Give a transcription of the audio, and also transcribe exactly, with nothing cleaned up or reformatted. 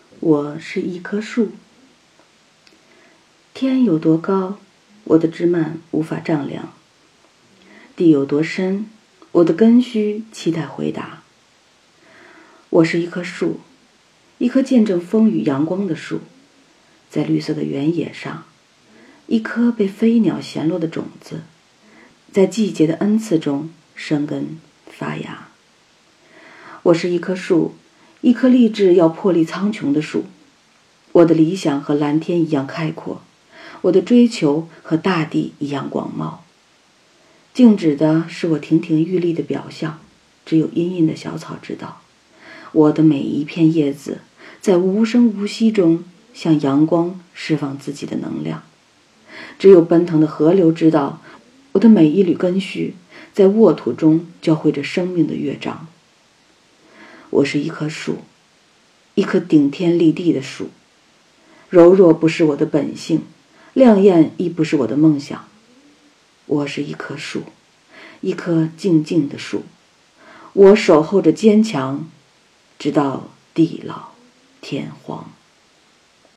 我是一棵树。天有多高，我的枝蔓无法丈量；地有多深，我的根须期待回答。我是一棵树，一棵见证风雨阳光的树，在绿色的原野上，一颗被飞鸟衔落的种子，在季节的恩赐中生根发芽。我是一棵树，一棵立志要破例苍穹的树。我的理想和蓝天一样开阔，我的追求和大地一样广袤。静止的是我亭亭玉立的表象，只有茵茵的小草知道。我的每一片叶子在无声无息中向阳光释放自己的能量，只有奔腾的河流知道，我的每一缕根须在沃土中交汇着生命的乐章。我是一棵树，一棵顶天立地的树。柔弱不是我的本性，亮艳亦不是我的梦想。我是一棵树，一棵静静的树。我守候着坚强，直到地老天荒。